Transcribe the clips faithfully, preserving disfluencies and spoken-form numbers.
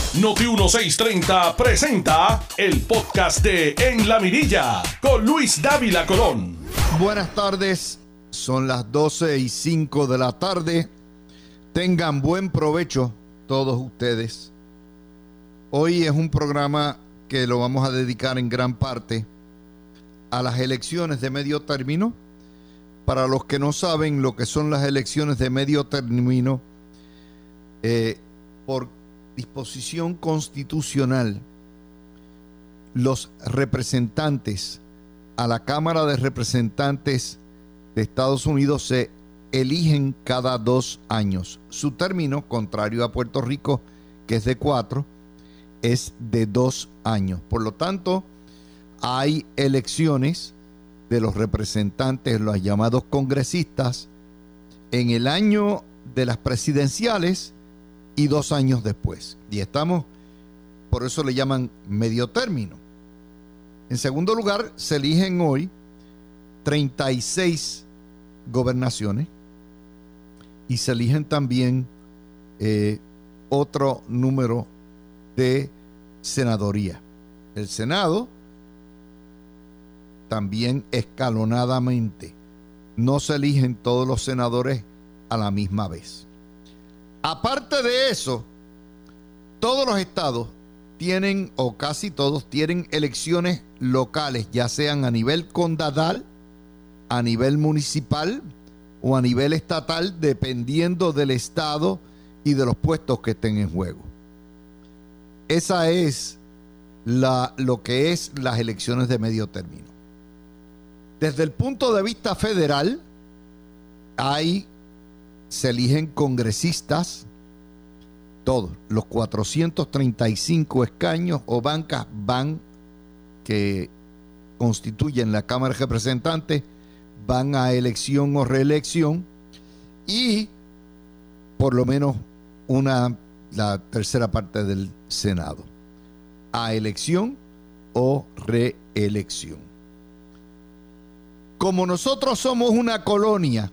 Noti dieciséis treinta presenta el podcast de En la Mirilla con Luis Dávila Colón. Buenas tardes, son las doce y cinco de la tarde. Tengan buen provecho todos ustedes. Hoy es un programa que lo vamos a dedicar en gran parte a las elecciones de medio término. Para los que no saben lo que son las elecciones de medio término, eh, por disposición constitucional, los representantes a la Cámara de Representantes de Estados Unidos se eligen cada dos años. Su término, contrario a Puerto Rico, que es de cuatro, es de dos años. Por lo tanto, hay elecciones de los representantes, los llamados congresistas, en el año de las presidenciales y dos años después. Y estamos, por eso le llaman medio término. En segundo lugar, se eligen hoy treinta y seis gobernaciones y se eligen también eh, otro número de senadoría. El Senado también escalonadamente. No se eligen todos los senadores a la misma vez. Aparte de eso, todos los estados tienen, o casi todos, tienen elecciones locales, ya sean a nivel condadal, a nivel municipal o a nivel estatal, dependiendo del estado y de los puestos que estén en juego. Esa es la, lo que es las elecciones de medio término. Desde el punto de vista federal, hay, se eligen congresistas, todos, los cuatrocientos treinta y cinco escaños o bancas van que constituyen la Cámara de Representantes, van a elección o reelección, y por lo menos una, la tercera parte del Senado, a elección o reelección. Como nosotros somos una colonia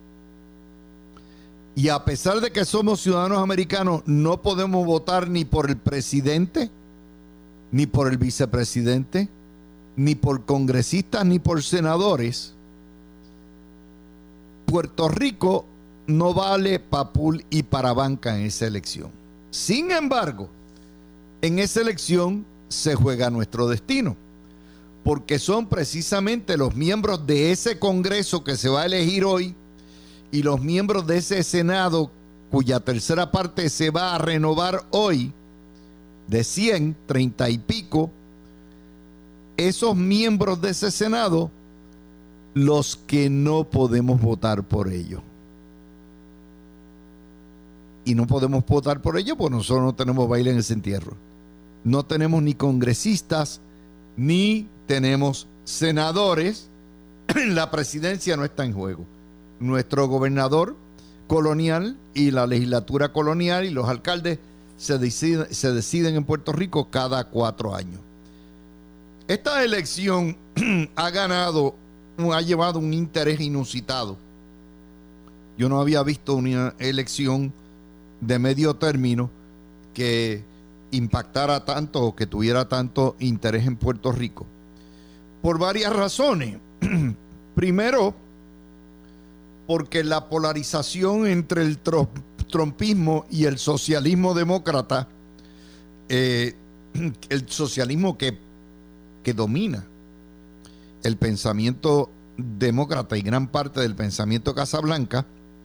y a pesar de que somos ciudadanos americanos, no podemos votar ni por el presidente, ni por el vicepresidente, ni por congresistas, ni por senadores, Puerto Rico no vale pa' pool y para banca en esa elección. Sin embargo, en esa elección se juega nuestro destino, porque son precisamente los miembros de ese Congreso que se va a elegir hoy y los miembros de ese Senado cuya tercera parte se va a renovar hoy, de cien, treinta y pico, esos miembros de ese Senado, los que no podemos votar por ellos. Y no podemos votar por ellos porque nosotros no tenemos baile en ese entierro. No tenemos ni congresistas, ni tenemos senadores. La presidencia no está en juego. Nuestro gobernador colonial y la legislatura colonial y los alcaldes se deciden, se deciden en Puerto Rico cada cuatro años. Esta elección ha ganado, ha llevado un interés inusitado. Yo no había visto una elección de medio término que impactara tanto o que tuviera tanto interés en Puerto Rico, por varias razones. Primero, porque la polarización entre el trumpismo y el socialismo demócrata, eh, el socialismo que, que domina el pensamiento demócrata y gran parte del pensamiento Casablanca,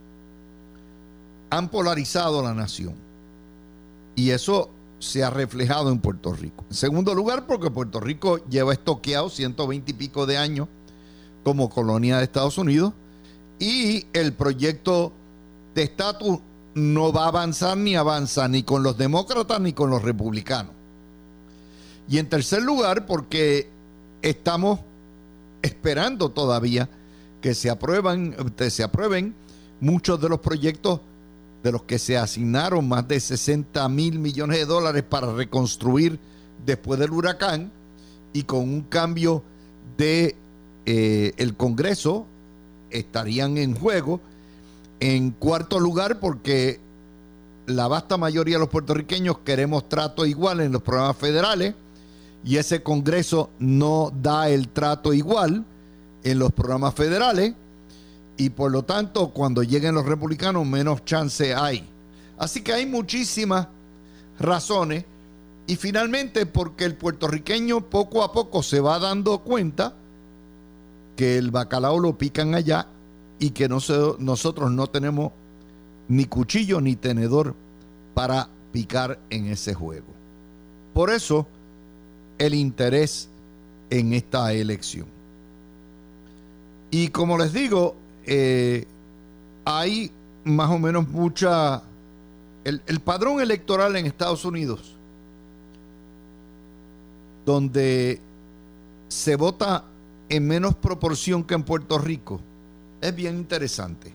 han polarizado la nación. Y eso se ha reflejado en Puerto Rico. En segundo lugar, porque Puerto Rico lleva estoqueado ciento veinte y pico de años como colonia de Estados Unidos y el proyecto de estatus no va a avanzar ni avanza ni con los demócratas ni con los republicanos. Y en tercer lugar, porque estamos esperando todavía que se aprueban, que se aprueben muchos de los proyectos de los que se asignaron más de sesenta mil millones de dólares para reconstruir después del huracán, y con un cambio de eh, el Congreso estarían en juego. En cuarto lugar, porque la vasta mayoría de los puertorriqueños queremos trato igual en los programas federales y ese Congreso no da el trato igual en los programas federales y por lo tanto cuando lleguen los republicanos menos chance hay. Así que hay muchísimas razones y finalmente porque el puertorriqueño poco a poco se va dando cuenta que el bacalao lo pican allá y que no se, nosotros no tenemos ni cuchillo ni tenedor para picar en ese juego. Por eso el interés en esta elección. Y como les digo, eh, hay más o menos mucha... El, el padrón electoral en Estados Unidos, donde se vota en menos proporción que en Puerto Rico, es bien interesante.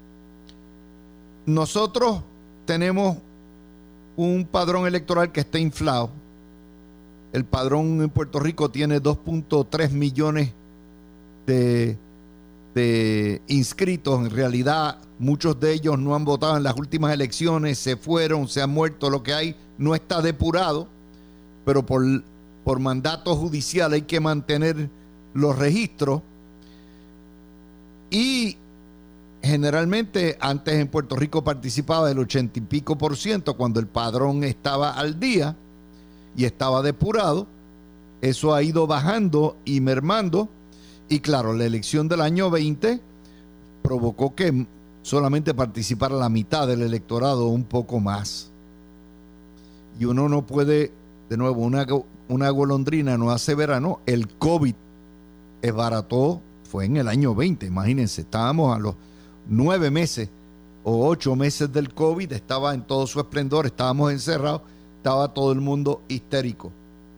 Nosotros tenemos un padrón electoral que está inflado. El padrón en Puerto Rico tiene dos punto tres millones de, de inscritos. En realidad, muchos de ellos no han votado en las últimas elecciones, se fueron, se han muerto, lo que hay no está depurado, pero por, por mandato judicial hay que mantener los registros. Y generalmente antes en Puerto Rico participaba el ochenta y pico por ciento cuando el padrón estaba al día y estaba depurado. Eso ha ido bajando y mermando y claro, la elección del año veinte provocó que solamente participara la mitad del electorado, un poco más. Y uno no puede, de nuevo, una, una golondrina no hace verano. El COVID esbarató, fue en el año veinte, imagínense, estábamos a los nueve meses o ocho meses del COVID, estaba en todo su esplendor, estábamos encerrados, estaba todo el mundo histérico.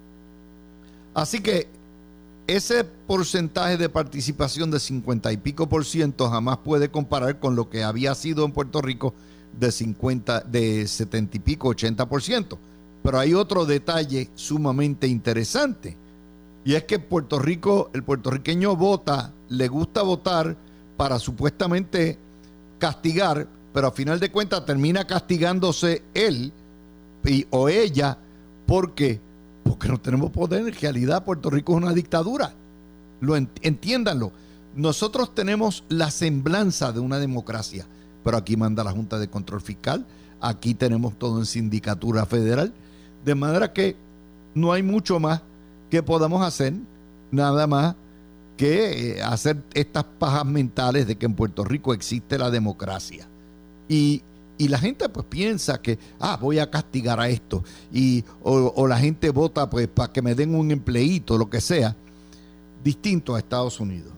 Así que ese porcentaje de participación de cincuenta y pico por ciento jamás puede comparar con lo que había sido en Puerto Rico de cincuenta, de setenta y pico, ochenta por ciento. Pero hay otro detalle sumamente interesante. Y es que Puerto Rico, el puertorriqueño vota, le gusta votar para supuestamente castigar, pero a final de cuentas termina castigándose él y, o ella porque, porque no tenemos poder. En realidad Puerto Rico es una dictadura. Lo entiéndanlo. Nosotros tenemos la semblanza de una democracia, pero aquí manda la Junta de Control Fiscal, aquí tenemos todo en sindicatura federal, de manera que no hay mucho más que podamos hacer, nada más que hacer estas pajas mentales de que en Puerto Rico existe la democracia. Y, y la gente pues piensa que, ah, voy a castigar a esto, y, o, o la gente vota pues para que me den un empleíto, lo que sea, distinto a Estados Unidos.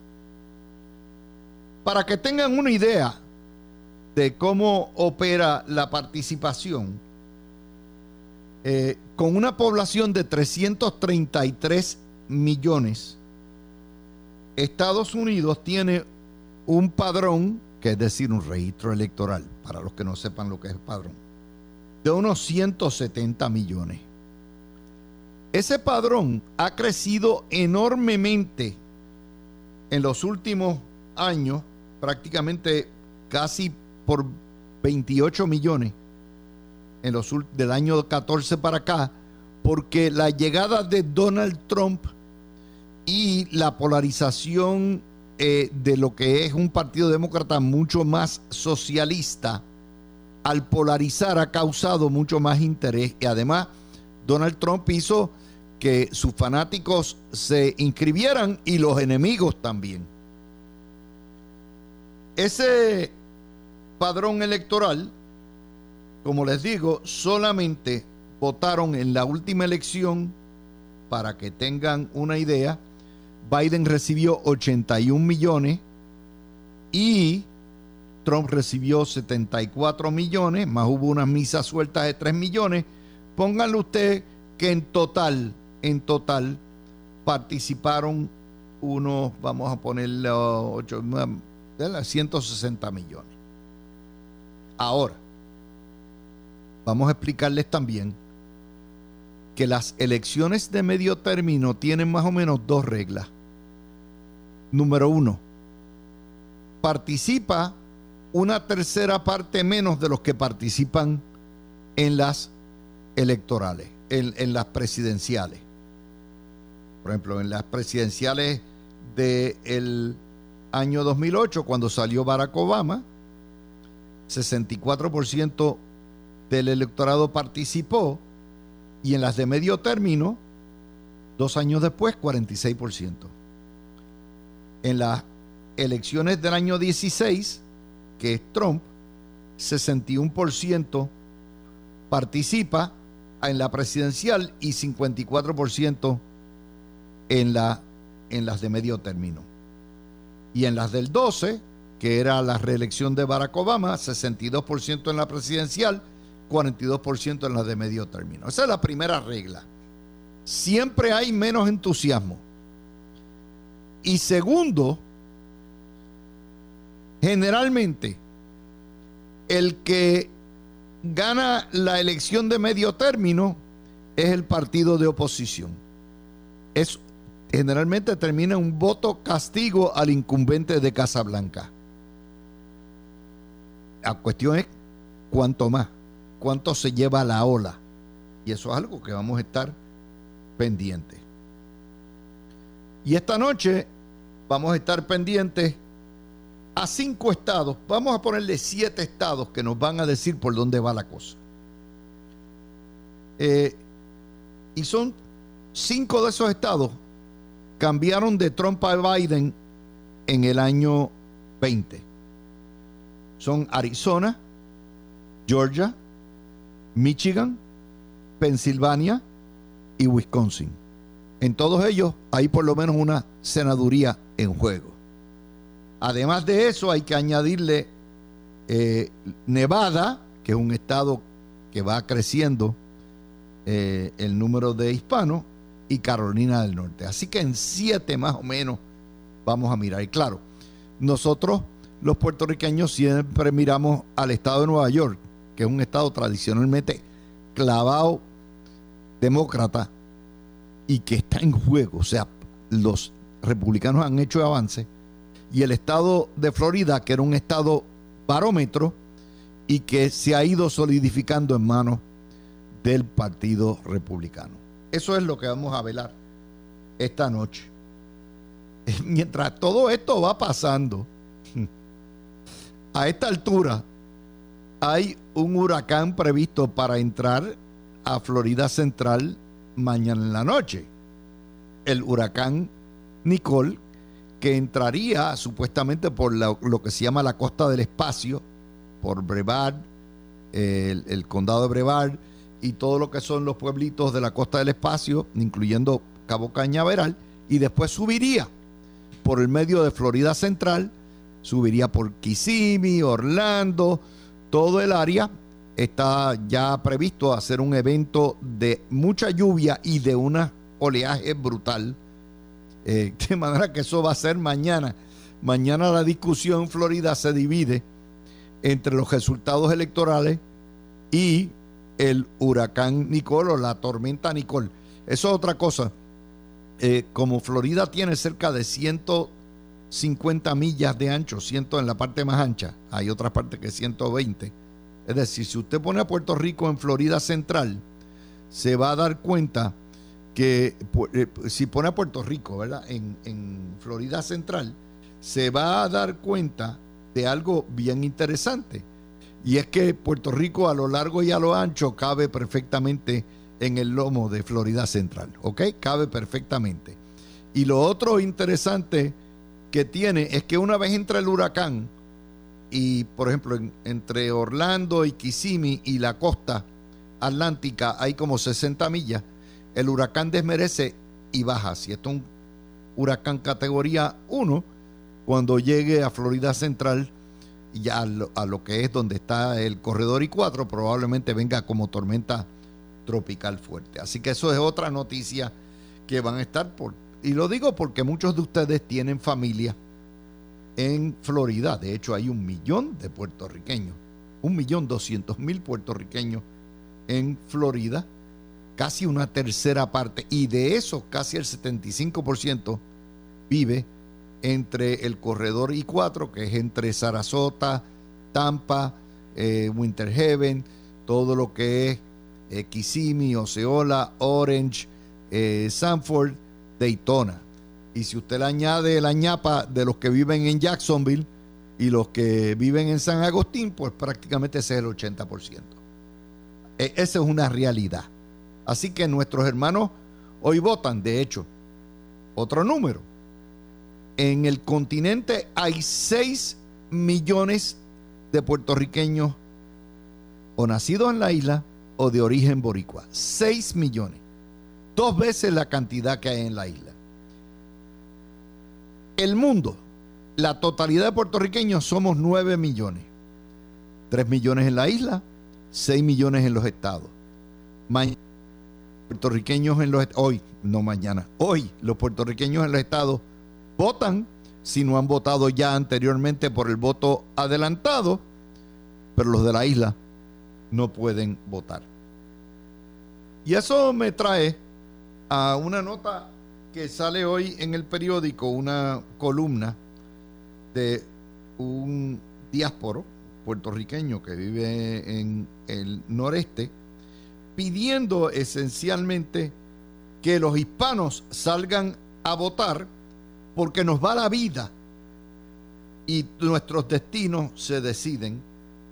Para que tengan una idea de cómo opera la participación, eh, con una población de trescientos treinta y tres millones, Estados Unidos tiene un padrón, que es decir, un registro electoral, para los que no sepan lo que es el padrón, de unos ciento setenta millones. Ese padrón ha crecido enormemente en los últimos años, prácticamente casi por veintiocho millones en los del año catorce para acá, porque la llegada de Donald Trump y la polarización eh, de lo que es un partido demócrata mucho más socialista, al polarizar ha causado mucho más interés, y además Donald Trump hizo que sus fanáticos se inscribieran y los enemigos también. Ese padrón electoral, como les digo, solamente votaron en la última elección, para que tengan una idea, Biden recibió ochenta y un millones y Trump recibió setenta y cuatro millones, más hubo unas misas sueltas de tres millones. Pónganle usted que en total, en total participaron unos, vamos a ponerle ocho, ciento sesenta millones. Ahora, vamos a explicarles también que las elecciones de medio término tienen más o menos dos reglas. Número uno, participa una tercera parte menos de los que participan en las electorales, en, en las presidenciales. Por ejemplo, en las presidenciales del año dos mil ocho, cuando salió Barack Obama, sesenta y cuatro por ciento del electorado participó, y en las de medio término, dos años después, cuarenta y seis por ciento. En las elecciones del año dieciséis, que es Trump, sesenta y uno por ciento participa en la presidencial y cincuenta y cuatro por ciento en, la, en las de medio término. Y en las del doce, que era la reelección de Barack Obama, sesenta y dos por ciento en la presidencial, cuarenta y dos por ciento en las de medio término. Esa es la primera regla. Siempre hay menos entusiasmo. Y segundo, generalmente el que gana la elección de medio término es el partido de oposición. Es, generalmente termina un voto castigo al incumbente de Casablanca. La cuestión es cuánto más, cuánto se lleva la ola. Y eso es algo que vamos a estar pendientes. Y esta noche vamos a estar pendientes a cinco estados. Vamos a ponerle siete estados que nos van a decir por dónde va la cosa. Eh, y son cinco de esos estados cambiaron de Trump a Biden en el año veinte. Son Arizona, Georgia, Michigan, Pensilvania y Wisconsin. En todos ellos hay por lo menos una senaduría en juego. Además de eso, hay que añadirle eh, Nevada, que es un estado que va creciendo eh, el número de hispanos, y Carolina del Norte. Así que en siete más o menos vamos a mirar. Y claro, nosotros los puertorriqueños siempre miramos al estado de Nueva York, que es un estado tradicionalmente clavado demócrata y que está en juego. O sea, los republicanos han hecho avance. Y el estado de Florida, que era un estado barómetro y que se ha ido solidificando en manos del Partido Republicano. Eso es lo que vamos a velar esta noche. Mientras todo esto va pasando, a esta altura hay un huracán previsto para entrar a Florida Central mañana en la noche. El huracán Nicole, que entraría supuestamente por la, lo que se llama la costa del espacio, por Brevard, el, el condado de Brevard y todo lo que son los pueblitos de la costa del espacio, incluyendo Cabo Cañaveral, y después subiría por el medio de Florida Central, subiría por Kissimmee, Orlando, todo el área. Está ya previsto hacer un evento de mucha lluvia y de un oleaje brutal. Eh, de manera que eso va a ser mañana. Mañana la discusión en Florida se divide entre los resultados electorales y el huracán Nicole o la tormenta Nicole. Eso es otra cosa. Eh, como Florida tiene cerca de ciento cincuenta millas de ancho, cien en la parte más ancha, hay otras partes que ciento veinte. Es decir, si usted pone a Puerto Rico en Florida Central, se va a dar cuenta que eh, si pone a Puerto Rico, ¿verdad?, en, en Florida Central, se va a dar cuenta de algo bien interesante. Y es que Puerto Rico a lo largo y a lo ancho cabe perfectamente en el lomo de Florida Central, ¿ok? Cabe perfectamente. Y lo otro interesante que tiene es que una vez entra el huracán y, por ejemplo, en, entre Orlando y Kissimmee y la costa atlántica hay como sesenta millas, el huracán desmerece y baja. Si esto es un huracán categoría uno, cuando llegue a Florida Central, ya a lo, a lo que es donde está el corredor I cuatro, probablemente venga como tormenta tropical fuerte. Así que eso es otra noticia que van a estar por. Y lo digo porque muchos de ustedes tienen familia en Florida. De hecho, hay un millón de puertorriqueños, un millón doscientos mil puertorriqueños en Florida, casi una tercera parte, y de esos casi el setenta y cinco por ciento vive entre el corredor I cuatro, que es entre Sarasota, Tampa, eh, Winter Haven, todo lo que es eh, Kissimmee, Osceola, Orange, eh, Sanford, Daytona. Y si usted le añade la ñapa de los que viven en Jacksonville y los que viven en San Agustín, pues prácticamente ese es el ochenta por ciento. E- esa es una realidad. Así que nuestros hermanos hoy votan. De hecho, otro número. En el continente hay seis millones de puertorriqueños o nacidos en la isla o de origen boricua. seis millones. Dos veces la cantidad que hay en la isla. El mundo, la totalidad de puertorriqueños somos nueve millones. tres millones en la isla, seis millones en los estados. Mañana, puertorriqueños en los hoy, no mañana, hoy los puertorriqueños en los estados votan, si no han votado ya anteriormente por el voto adelantado, pero los de la isla no pueden votar. Y eso me trae a una nota que sale hoy en el periódico, una columna de un diásporo puertorriqueño que vive en el noreste, pidiendo esencialmente que los hispanos salgan a votar porque nos va la vida y nuestros destinos se deciden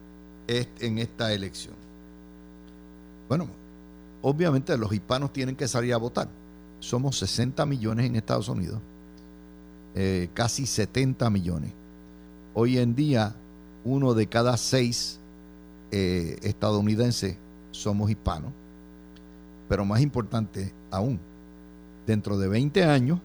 en esta elección. Bueno, obviamente los hispanos tienen que salir a votar. Somos sesenta millones en Estados Unidos, eh, casi setenta millones. Hoy en día, uno de cada seis eh, estadounidenses somos hispanos. Pero más importante aún, dentro de veinte años,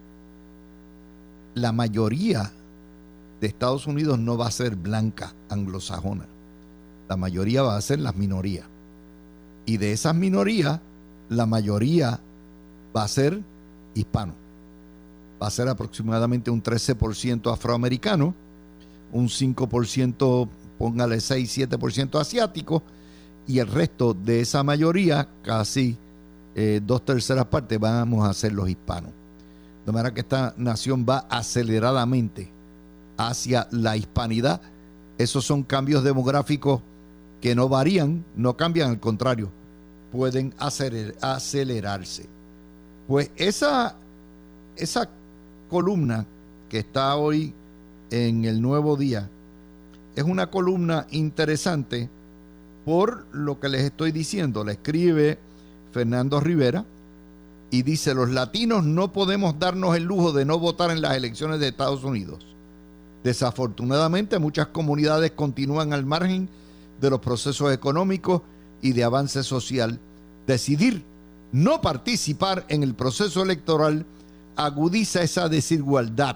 la mayoría de Estados Unidos no va a ser blanca, anglosajona. La mayoría va a ser las minorías. Y de esas minorías, la mayoría va a ser hispano. Va a ser aproximadamente un trece por ciento afroamericano, un cinco por ciento, póngale seis, siete por ciento asiático, y el resto de esa mayoría, casi eh, dos terceras partes, vamos a ser los hispanos. De manera que esta nación va aceleradamente hacia la hispanidad. Esos son cambios demográficos que no varían, no cambian, al contrario, pueden aceler, acelerarse. Pues esa, esa columna que está hoy en el Nuevo Día es una columna interesante por lo que les estoy diciendo. La escribe Fernando Rivera y dice: los latinos no podemos darnos el lujo de no votar en las elecciones de Estados Unidos. Desafortunadamente, muchas comunidades continúan al margen de los procesos económicos y de avance social. Decidir no participar en el proceso electoral agudiza esa desigualdad.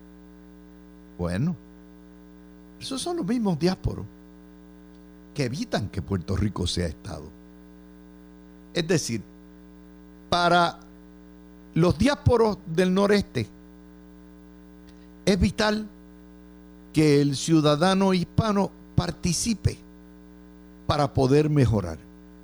Bueno, esos son los mismos diásporos que evitan que Puerto Rico sea Estado. Es decir, para los diásporos del noreste es vital que el ciudadano hispano participe para poder mejorar.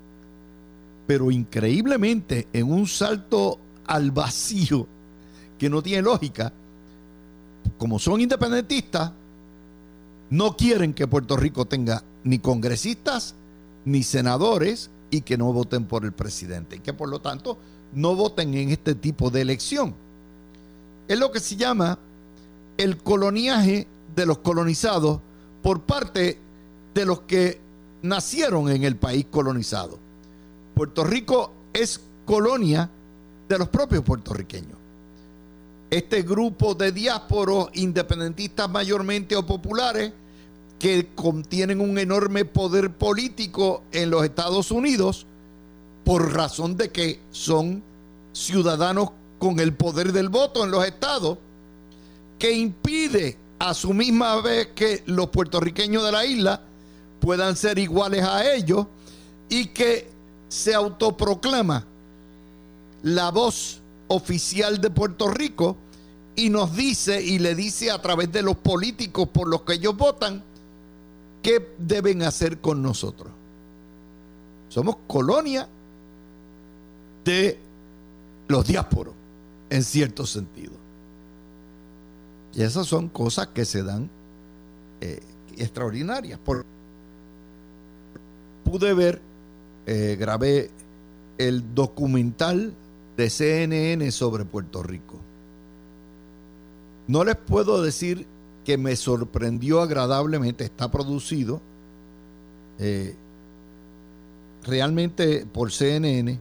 Pero increíblemente, en un salto al vacío que no tiene lógica, como son independentistas, no quieren que Puerto Rico tenga ni congresistas ni senadores y que no voten por el presidente, y que por lo tanto no voten en este tipo de elección. Es lo que se llama el coloniaje de los colonizados por parte de los que nacieron en el país colonizado. Puerto Rico es colonia de los propios puertorriqueños. Este grupo de diásporos independentistas mayormente o populares que contienen un enorme poder político en los Estados Unidos por razón de que son ciudadanos con el poder del voto en los estados, que impide a su misma vez que los puertorriqueños de la isla puedan ser iguales a ellos, y que se autoproclama la voz oficial de Puerto Rico y nos dice y le dice a través de los políticos por los que ellos votan qué deben hacer con nosotros. Somos colonia de los diásporos, en cierto sentido. Y esas son cosas que se dan eh, extraordinarias. Por, pude ver eh, grabé el documental de C N N sobre Puerto Rico. No les puedo decir que me sorprendió agradablemente. Está producido eh, realmente por C N N,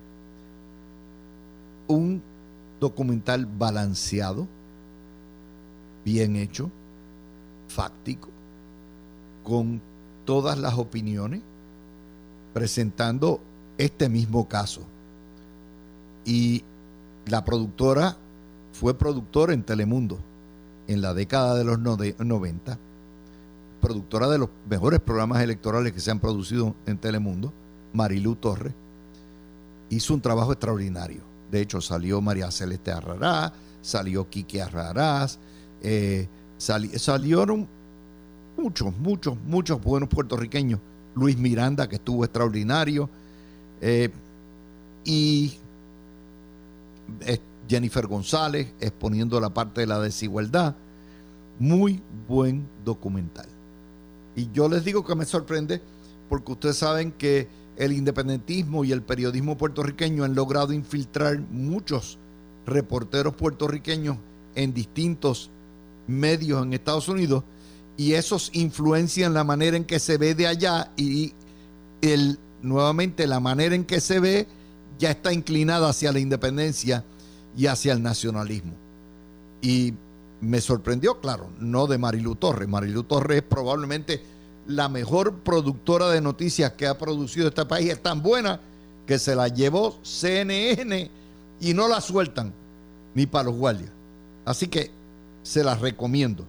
un documental balanceado, bien hecho, fáctico, con todas las opiniones, presentando este mismo caso. Y la productora fue productora en Telemundo en la década de los noventa, productora de los mejores programas electorales que se han producido en Telemundo, Marilú Torres, hizo un trabajo extraordinario. De hecho, salió María Celeste Arrarás, salió Quique Arrarás, eh, sali, salieron muchos, muchos, muchos buenos puertorriqueños. Luis Miranda, que estuvo extraordinario, eh, y eh, Jennifer González exponiendo la parte de la desigualdad. Muy buen documental. Y yo les digo que me sorprende porque ustedes saben que el independentismo y el periodismo puertorriqueño han logrado infiltrar muchos reporteros puertorriqueños en distintos medios en Estados Unidos, y esos influencian la manera en que se ve de allá, y el, nuevamente la manera en que se ve ya está inclinada hacia la independencia y hacia el nacionalismo. Y me sorprendió, claro, no de Marilú Torres. Marilú Torres es probablemente la mejor productora de noticias que ha producido este país. Es tan buena que se la llevó C N N y no la sueltan ni para los guardias. Así que se las recomiendo.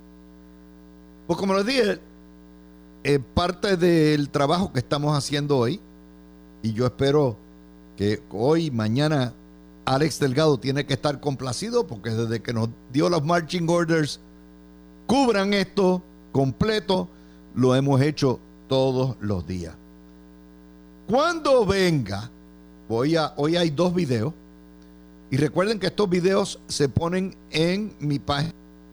Pues como les dije, es parte del trabajo que estamos haciendo hoy, y yo espero que hoy, mañana, Alex Delgado tiene que estar complacido, porque desde que nos dio los marching orders, cubran esto completo, lo hemos hecho todos los días. Cuando venga, voy a, hoy hay dos videos, y recuerden que estos videos se ponen en mi página,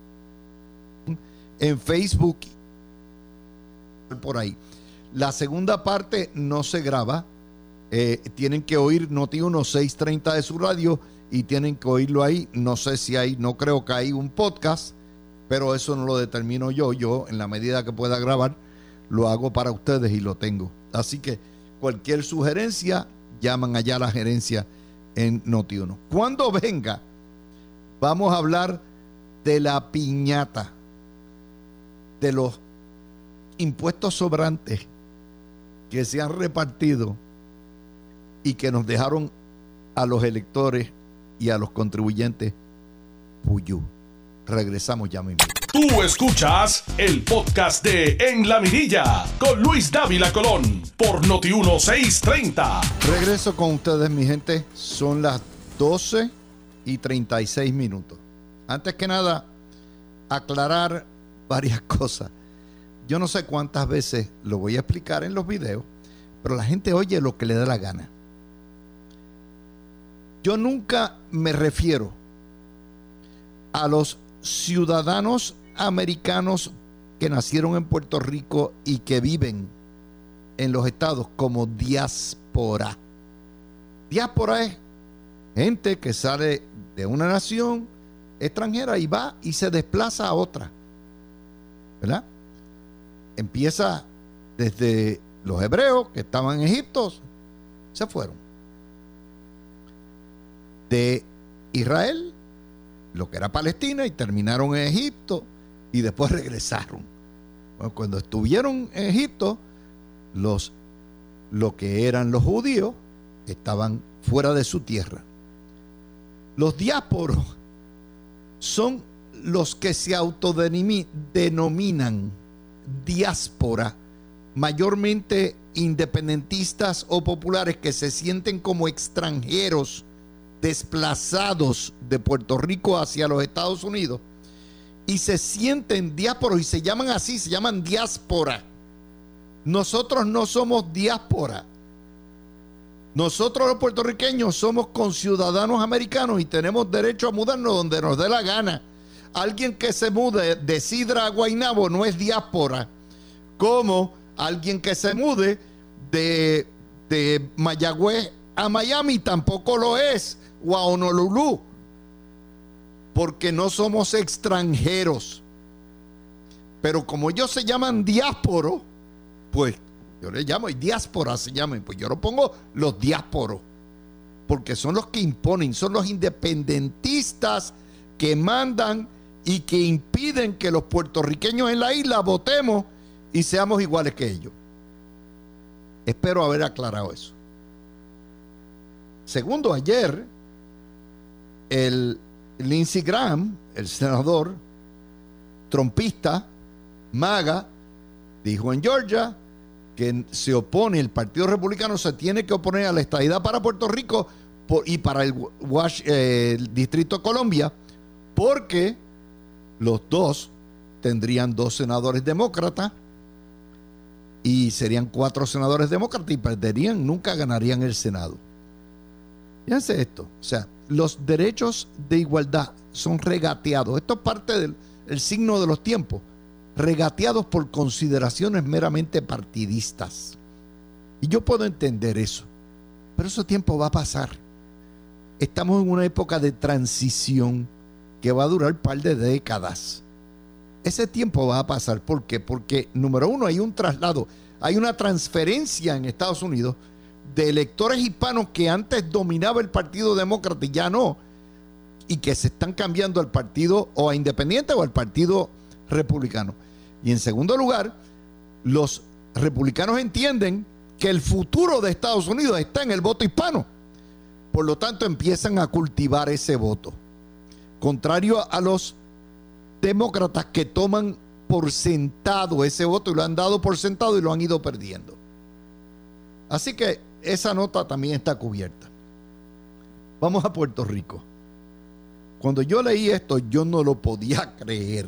en Facebook, por ahí. La segunda parte no se graba. Eh, tienen que oír Noti uno seiscientos treinta de su radio y tienen que oírlo ahí. No sé si hay, no creo que hay un podcast, pero eso no lo determino yo. Yo, en la medida que pueda grabar, lo hago para ustedes y lo tengo. Así que cualquier sugerencia, llaman allá a la gerencia en Noti uno. Cuando venga, vamos a hablar de la piñata, de los impuestos sobrantes que se han repartido y que nos dejaron a los electores y a los contribuyentes puyú. Regresamos ya mismo. Tú escuchas el podcast de En la Mirilla con Luis Dávila Colón por Noti uno seiscientos treinta. Regreso con ustedes, mi gente. Son las doce y treinta y seis minutos. Antes que nada, aclarar varias cosas. Yo no sé cuántas veces lo voy a explicar en los videos, pero la gente oye lo que le da la gana. Yo nunca me refiero a los ciudadanos americanos que nacieron en Puerto Rico y que viven en los estados como diáspora. Diáspora es gente que sale de una nación extranjera y va y se desplaza a otra, ¿verdad? Empieza desde los hebreos que estaban en Egipto, se fueron. De Israel, lo que era Palestina, y terminaron en Egipto y después regresaron. Bueno, cuando estuvieron en Egipto, los, lo que eran los judíos estaban fuera de su tierra. Los diásporos son los que se autodenominan diáspora, mayormente independentistas o populares que se sienten como extranjeros desplazados de Puerto Rico hacia los Estados Unidos y se sienten diásporos y se llaman así, se llaman diáspora. Nosotros no somos diáspora. Nosotros los puertorriqueños somos conciudadanos americanos y tenemos derecho a mudarnos donde nos dé la gana. Alguien que se mude de Sidra a Guaynabo no es diáspora, como alguien que se mude de, de Mayagüez a Miami tampoco lo es, o a Honolulu, porque no somos extranjeros. Pero como ellos se llaman diásporos, pues yo les llamo, y diáspora se llaman, pues yo lo pongo los diásporos, porque son los que imponen, son los independentistas que mandan y que impiden que los puertorriqueños en la isla votemos y seamos iguales que ellos. Espero haber aclarado eso. Segundo, ayer el Lindsey Graham, el senador trompista, MAGA, dijo en Georgia que se opone, el Partido Republicano se tiene que oponer a la estadidad para Puerto Rico por, y para el, Wash, eh, el Distrito de Columbia, porque los dos tendrían dos senadores demócratas y serían cuatro senadores demócratas y perderían, nunca ganarían el Senado. Fíjense esto, o sea, los derechos de igualdad son regateados. Esto es parte del el signo de los tiempos, regateados por consideraciones meramente partidistas. Y yo puedo entender eso, pero ese tiempo va a pasar. Estamos en una época de transición que va a durar un par de décadas. Ese tiempo va a pasar. ¿Por qué? Porque, número uno, hay un traslado, hay una transferencia en Estados Unidos de electores hispanos que antes dominaba el Partido Demócrata y ya no, y que se están cambiando al partido o a Independiente o al Partido Republicano. Y en segundo lugar, los republicanos entienden que el futuro de Estados Unidos está en el voto hispano. Por lo tanto, empiezan a cultivar ese voto. Contrario a los demócratas que toman por sentado ese voto y lo han dado por sentado y lo han ido perdiendo. Así que esa nota también está cubierta. Vamos a Puerto Rico. Cuando yo leí esto, yo no lo podía creer.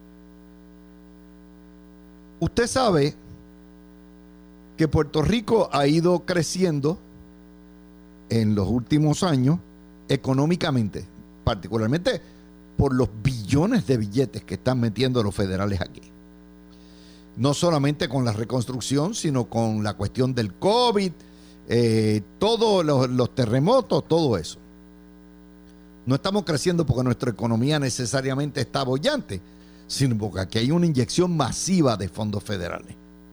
Usted sabe que Puerto Rico ha ido creciendo en los últimos años económicamente, particularmente por los billones de billetes que están metiendo los federales aquí. No solamente con la reconstrucción, sino con la cuestión del COVID, eh, todos los, los terremotos, todo eso. No estamos creciendo porque nuestra economía necesariamente está boyante, sino porque aquí hay una inyección masiva de fondos federales.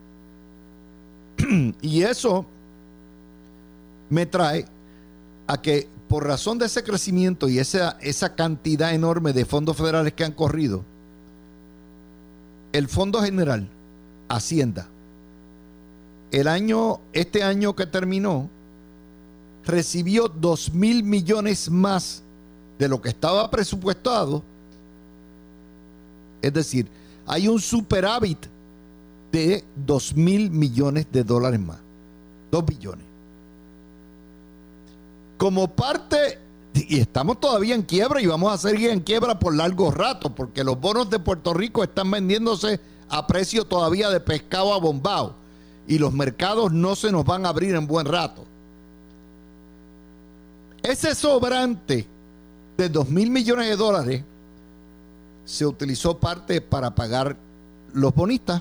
Y eso me trae a que por razón de ese crecimiento y esa, esa cantidad enorme de fondos federales que han corrido, el Fondo General, Hacienda, el año, este año que terminó, recibió dos mil millones más de lo que estaba presupuestado. Es decir, hay un superávit de dos mil millones de dólares más, dos billones. Como parte, y estamos todavía en quiebra y vamos a seguir en quiebra por largo rato, porque los bonos de Puerto Rico están vendiéndose a precio todavía de pescado abombado y los mercados no se nos van a abrir en buen rato. Ese sobrante de dos mil millones de dólares se utilizó parte para pagar los bonistas,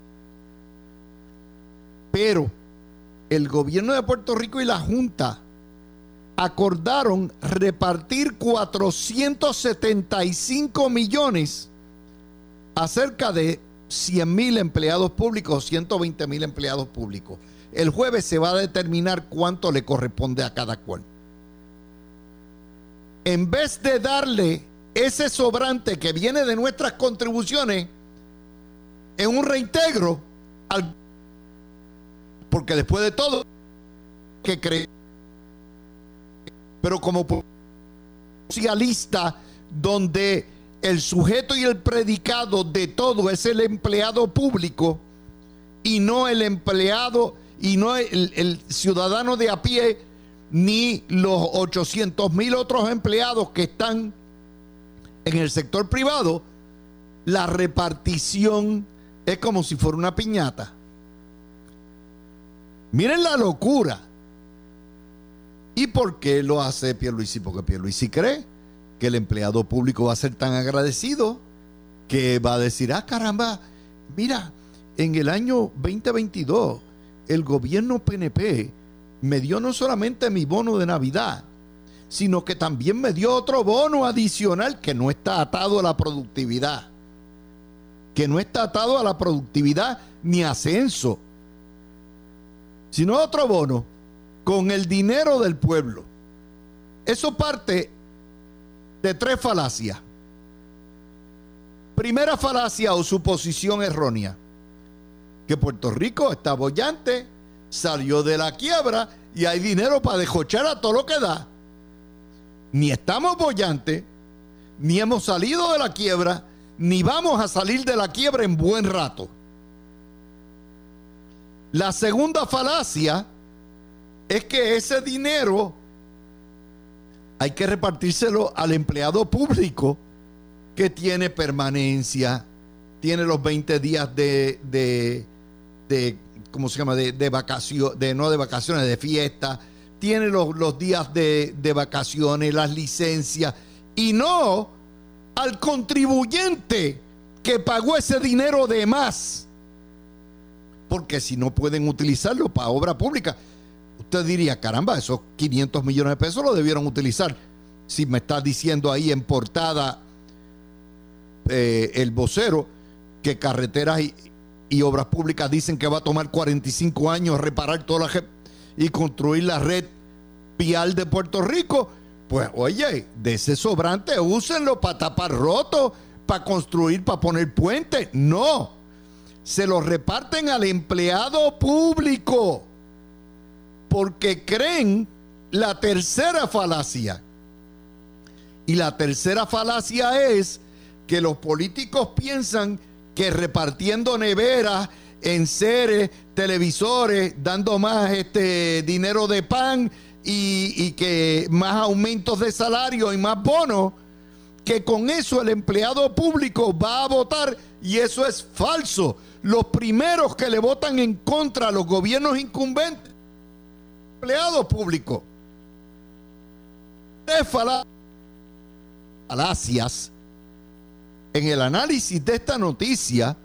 pero el gobierno de Puerto Rico y la Junta acordaron repartir cuatrocientos setenta y cinco millones a cerca de cien mil empleados públicos, ciento veinte mil empleados públicos. El jueves se va a determinar cuánto le corresponde a cada cual. En vez de darle ese sobrante que viene de nuestras contribuciones en un reintegro, al, porque después de todo, que cree, pero como socialista, donde el sujeto y el predicado de todo es el empleado público y no el empleado y no el, el ciudadano de a pie, ni los ochocientos mil otros empleados que están en el sector privado, la repartición es como si fuera una piñata. Miren la locura. ¿Y por qué lo hace Pierluisi? Porque Pierluisi cree que el empleado público va a ser tan agradecido que va a decir, ah, caramba, mira, en el año veinte veintidós el gobierno P N P me dio no solamente mi bono de Navidad, sino que también me dio otro bono adicional que no está atado a la productividad, que no está atado a la productividad ni ascenso, sino otro bono con el dinero del pueblo. Eso parte de tres falacias. Primera falacia o suposición errónea, que Puerto Rico está boyante, salió de la quiebra y hay dinero para descochar a todo lo que da. Ni estamos bollantes, ni hemos salido de la quiebra, ni vamos a salir de la quiebra en buen rato. La segunda falacia es que ese dinero hay que repartírselo al empleado público que tiene permanencia, tiene los veinte días de, de, de ¿cómo se llama? De, de vacaciones, de no de vacaciones, de fiesta, tiene los, los días de, de vacaciones, las licencias, y no al contribuyente que pagó ese dinero de más. Porque si no pueden utilizarlo para obra pública, usted diría, caramba, esos quinientos millones de pesos lo debieron utilizar. Si me está diciendo ahí en portada eh, el vocero que carreteras y, y obras públicas dicen que va a tomar cuarenta y cinco años reparar toda la y construir la red vial de Puerto Rico, pues oye, de ese sobrante úsenlo para tapar rotos, para construir, para poner puentes. No, se lo reparten al empleado público porque creen la tercera falacia. Y la tercera falacia es que los políticos piensan que repartiendo neveras, enseres, televisores, dando más este dinero de pan y, y que más aumentos de salario y más bonos, que con eso el empleado público va a votar, y eso es falso. Los primeros que le votan en contra a los gobiernos incumbentes, empleados públicos. Es falacias en el análisis de esta noticia.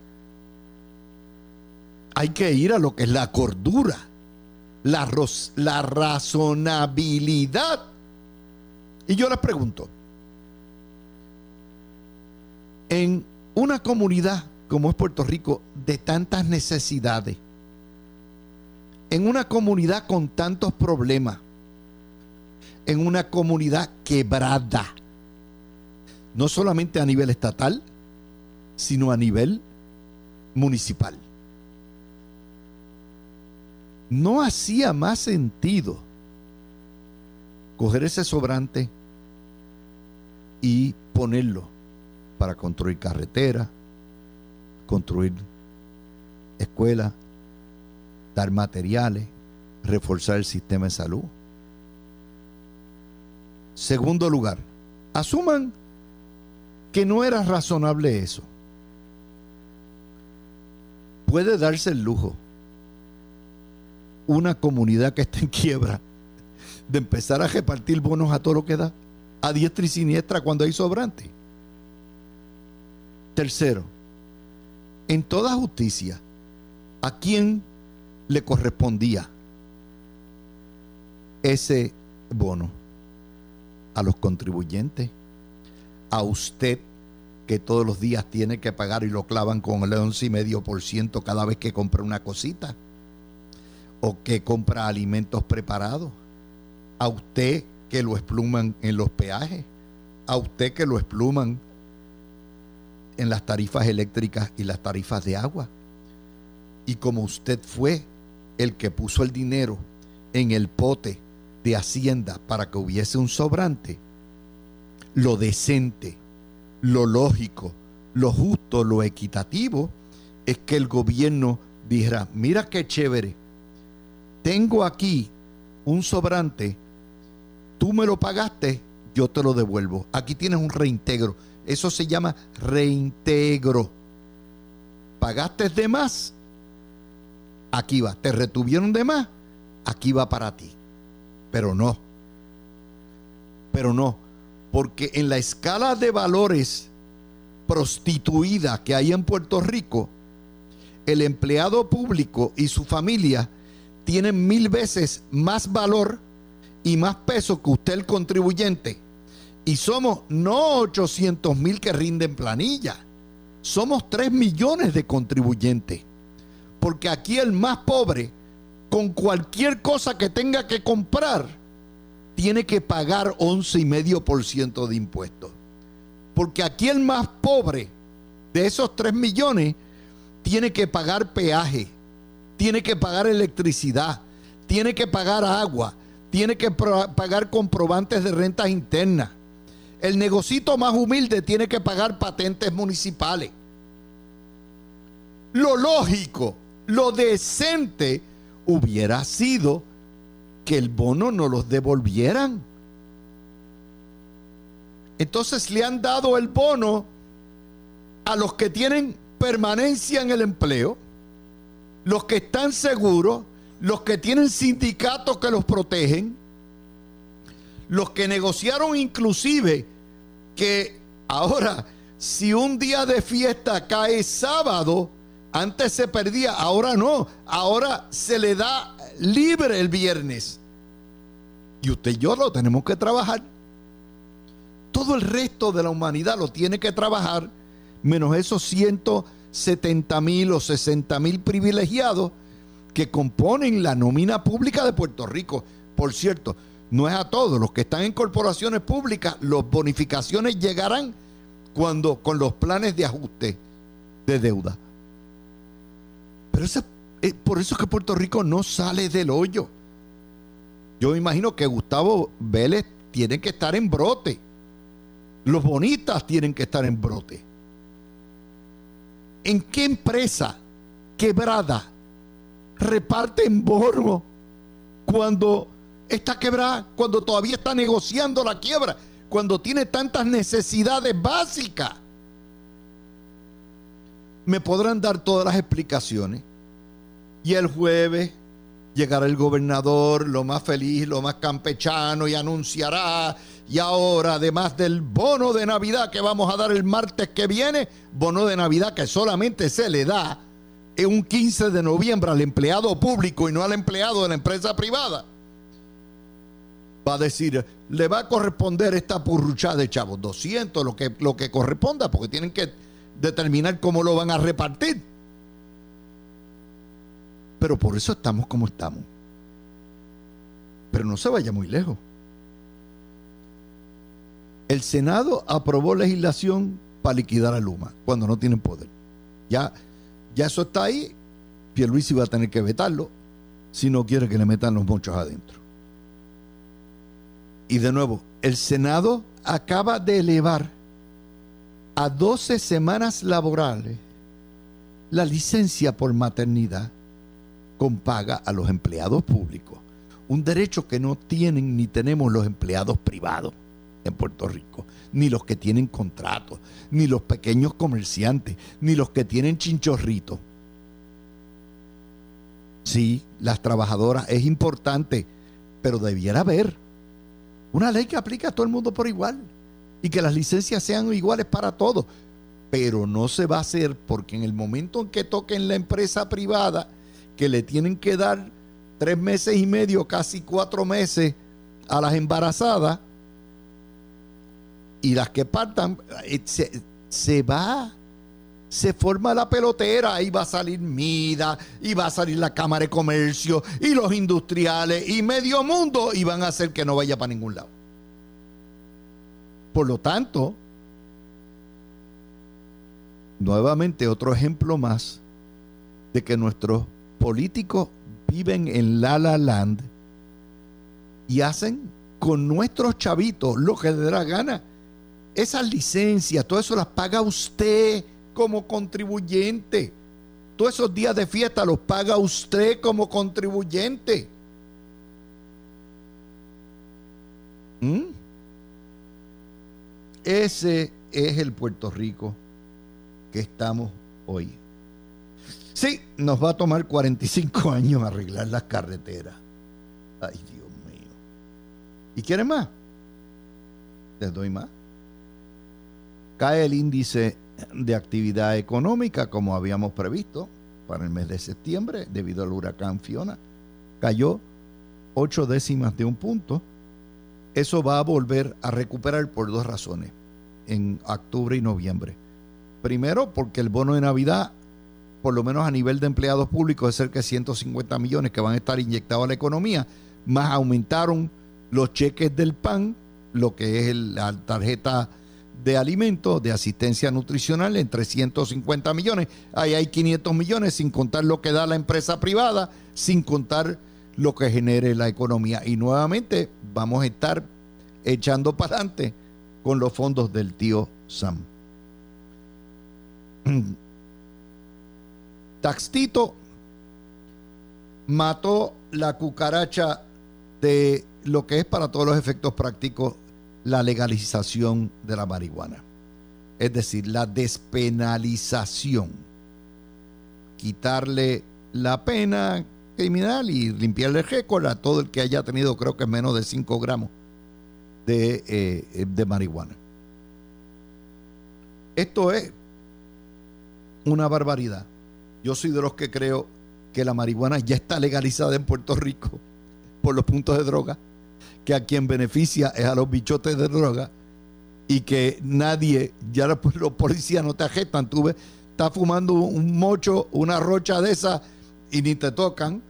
Hay que ir a lo que es la cordura, la, la razonabilidad. Y yo les pregunto, en una comunidad como es Puerto Rico, de tantas necesidades, en una comunidad con tantos problemas, en una comunidad quebrada, no solamente a nivel estatal, sino a nivel municipal, ¿no hacía más sentido coger ese sobrante y ponerlo para construir carreteras, construir escuelas, dar materiales, reforzar el sistema de salud? Segundo lugar, asuman que no era razonable eso. Puede darse el lujo una comunidad que está en quiebra de empezar a repartir bonos a todo lo que da, a diestra y siniestra cuando hay sobrante. Tercero, en toda justicia, ¿a quién le correspondía ese bono? A los contribuyentes, a usted, que todos los días tiene que pagar y lo clavan con el once y medio por ciento cada vez que compra una cosita, o que compra alimentos preparados, a usted que lo espluman en los peajes, a usted que lo espluman en las tarifas eléctricas y las tarifas de agua. Y como usted fue el que puso el dinero en el pote de Hacienda para que hubiese un sobrante, lo decente, lo lógico, lo justo, lo equitativo es que el gobierno dijera, mira qué chévere, tengo aquí un sobrante, tú me lo pagaste, yo te lo devuelvo, aquí tienes un reintegro. Eso se llama reintegro. Pagaste de más, aquí va. Te retuvieron de más, aquí va para ti. Pero no, pero no, porque en la escala de valores prostituida que hay en Puerto Rico, el empleado público y su familia tienen mil veces más valor y más peso que usted el contribuyente. Y somos no ochocientos mil que rinden planilla, somos tres millones de contribuyentes. Porque aquí el más pobre, con cualquier cosa que tenga que comprar, tiene que pagar once coma cinco por ciento de impuestos. Porque aquí el más pobre de esos tres millones tiene que pagar peaje, tiene que pagar electricidad, tiene que pagar agua, tiene que pagar comprobantes de rentas internas. El negocito más humilde tiene que pagar patentes municipales. Lo lógico, lo decente hubiera sido que el bono no los devolvieran. Entonces le han dado el bono a los que tienen permanencia en el empleo, los que están seguros, los que tienen sindicatos que los protegen, los que negociaron inclusive que ahora si un día de fiesta cae sábado, antes se perdía, ahora no, ahora se le da libre el viernes. Y usted y yo lo tenemos que trabajar. Todo el resto de la humanidad lo tiene que trabajar, menos esos ciento setenta mil o sesenta mil privilegiados que componen la nómina pública de Puerto Rico. Por cierto, no es a todos los que están en corporaciones públicas, las bonificaciones llegarán cuando con los planes de ajuste de deuda. Pero ese, eh, por eso es que Puerto Rico no sale del hoyo. Yo me imagino que Gustavo Vélez tiene que estar en brote. Los bonistas tienen que estar en brote. ¿En qué empresa quebrada reparten bono cuando está quebrada, cuando todavía está negociando la quiebra, cuando tiene tantas necesidades básicas? Me podrán dar todas las explicaciones y el jueves llegará el gobernador, lo más feliz, lo más campechano, y anunciará: y ahora, además del bono de Navidad que vamos a dar el martes que viene, bono de Navidad que solamente se le da en un quince de noviembre al empleado público y no al empleado de la empresa privada, va a decir, le va a corresponder esta purruchada de chavos, doscientos, lo que, lo que corresponda, porque tienen que determinar cómo lo van a repartir. Pero por eso estamos como estamos. Pero no se vaya muy lejos. El Senado aprobó legislación para liquidar a Luma cuando no tienen poder. Ya, ya eso está ahí. Pierluisi va a tener que vetarlo si no quiere que le metan los mochos adentro. Y de nuevo, el Senado acaba de elevar a doce semanas laborales la licencia por maternidad con paga a los empleados públicos. Un derecho que no tienen ni tenemos los empleados privados en Puerto Rico, ni los que tienen contratos, ni los pequeños comerciantes, ni los que tienen chinchorritos. Sí, las trabajadoras es importante, pero debiera haber una ley que aplique a todo el mundo por igual y que las licencias sean iguales para todos. Pero no se va a hacer, porque en el momento en que toquen la empresa privada, que le tienen que dar tres meses y medio, casi cuatro meses a las embarazadas, y las que partan, se, se va, se forma la pelotera. Ahí va a salir Mida, y va a salir la Cámara de Comercio, y los industriales, y medio mundo, y van a hacer que no vaya para ningún lado. Por lo tanto, nuevamente otro ejemplo más de que nuestros políticos viven en La La Land y hacen con nuestros chavitos lo que les da la gana. Esas licencias, todo eso las paga usted como contribuyente. Todos esos días de fiesta los paga usted como contribuyente. ¿Mm? Ese es el Puerto Rico que estamos hoy. Sí, nos va a tomar cuarenta y cinco años arreglar las carreteras. Ay, Dios mío. ¿Y quieren más? Les doy más. Cae el índice de actividad económica como habíamos previsto para el mes de septiembre debido al huracán Fiona. cayó ocho décimas de un punto. Eso va a volver a recuperar por dos razones en octubre y noviembre. Primero, porque el bono de Navidad, por lo menos a nivel de empleados públicos, es cerca de ciento cincuenta millones que van a estar inyectados a la economía, más aumentaron los cheques del P A N, lo que es el, la tarjeta de alimentos, de asistencia nutricional, en trescientos cincuenta millones. Ahí hay quinientos millones, sin contar lo que da la empresa privada, sin contar lo que genere la economía. Y nuevamente vamos a estar echando para adelante con los fondos del tío Sam. Taxito mató la cucaracha de lo que es para todos los efectos prácticos la legalización de la marihuana. Es decir, la despenalización. Quitarle la pena criminal y limpiarle el récord a todo el que haya tenido, creo que menos de cinco gramos de, eh, de marihuana. Esto es una barbaridad. Yo soy de los que creo que la marihuana ya está legalizada en Puerto Rico por los puntos de droga, que a quien beneficia es a los bichotes de droga y que nadie, ya los, los policías no te ajetan. Tú ves, estás fumando un mocho, una rocha de esa y ni te tocan.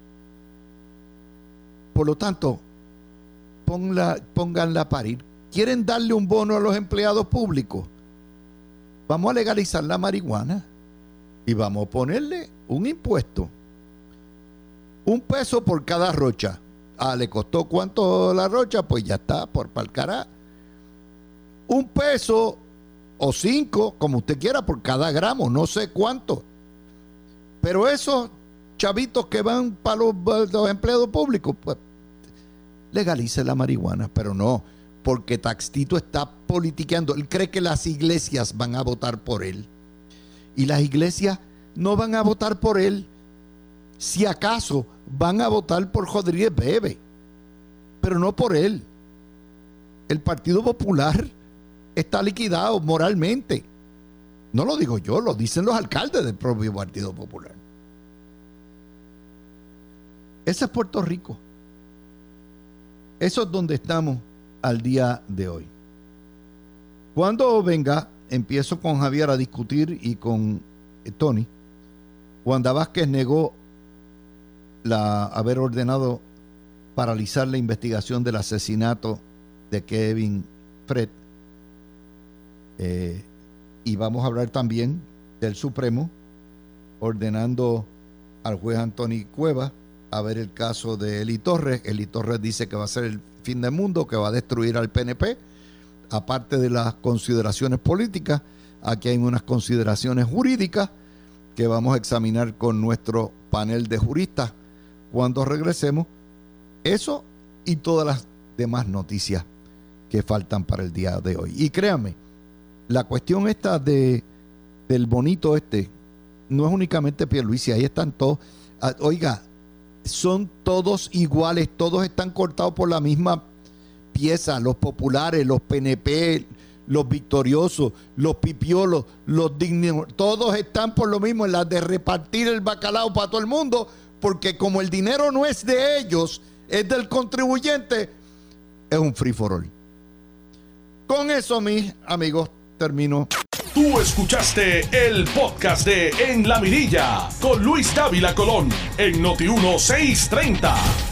Por lo tanto, ponla, pónganla a parir. ¿Quieren darle un bono a los empleados públicos? Vamos a legalizar la marihuana y vamos a ponerle un impuesto. Un peso por cada rocha. Ah, ¿le costó cuánto la rocha? Pues ya está, por palcará. Un peso o cinco, como usted quiera, por cada gramo, no sé cuánto. Pero esos chavitos que van para los, los empleados públicos, pues legalice la marihuana, pero no, porque Taxito está politiqueando. Él cree que las iglesias van a votar por él. Y las iglesias no van a votar por él. Si acaso van a votar por Rodríguez Bebe, pero no por él. El Partido Popular está liquidado moralmente. No lo digo yo, lo dicen los alcaldes del propio Partido Popular. Ese es Puerto Rico. Eso es donde estamos al día de hoy. Cuando venga, empiezo con Javier a discutir y con eh, Tony. Wanda Vázquez negó la, haber ordenado paralizar la investigación del asesinato de Kevin Fred. Eh, y vamos a hablar también del Supremo ordenando al juez Anthony Cuevas a ver el caso de Eli Torres. Eli Torres dice que va a ser el fin del mundo, que va a destruir al P N P. Aparte de las consideraciones políticas, aquí hay unas consideraciones jurídicas que vamos a examinar con nuestro panel de juristas cuando regresemos. Eso y todas las demás noticias que faltan para el día de hoy. Y créanme, la cuestión esta de, del bonito este no es únicamente Pierluisi, ahí están todos. Oiga, son todos iguales, todos están cortados por la misma pieza, los populares, los P N P, los victoriosos, los pipiolos, los dignos, todos están por lo mismo, en la de repartir el bacalao para todo el mundo, porque como el dinero no es de ellos, es del contribuyente, es un free for all. Con eso, mis amigos, termino. Tú escuchaste el podcast de En la Mirilla con Luis Dávila Colón en Noti uno seiscientos treinta.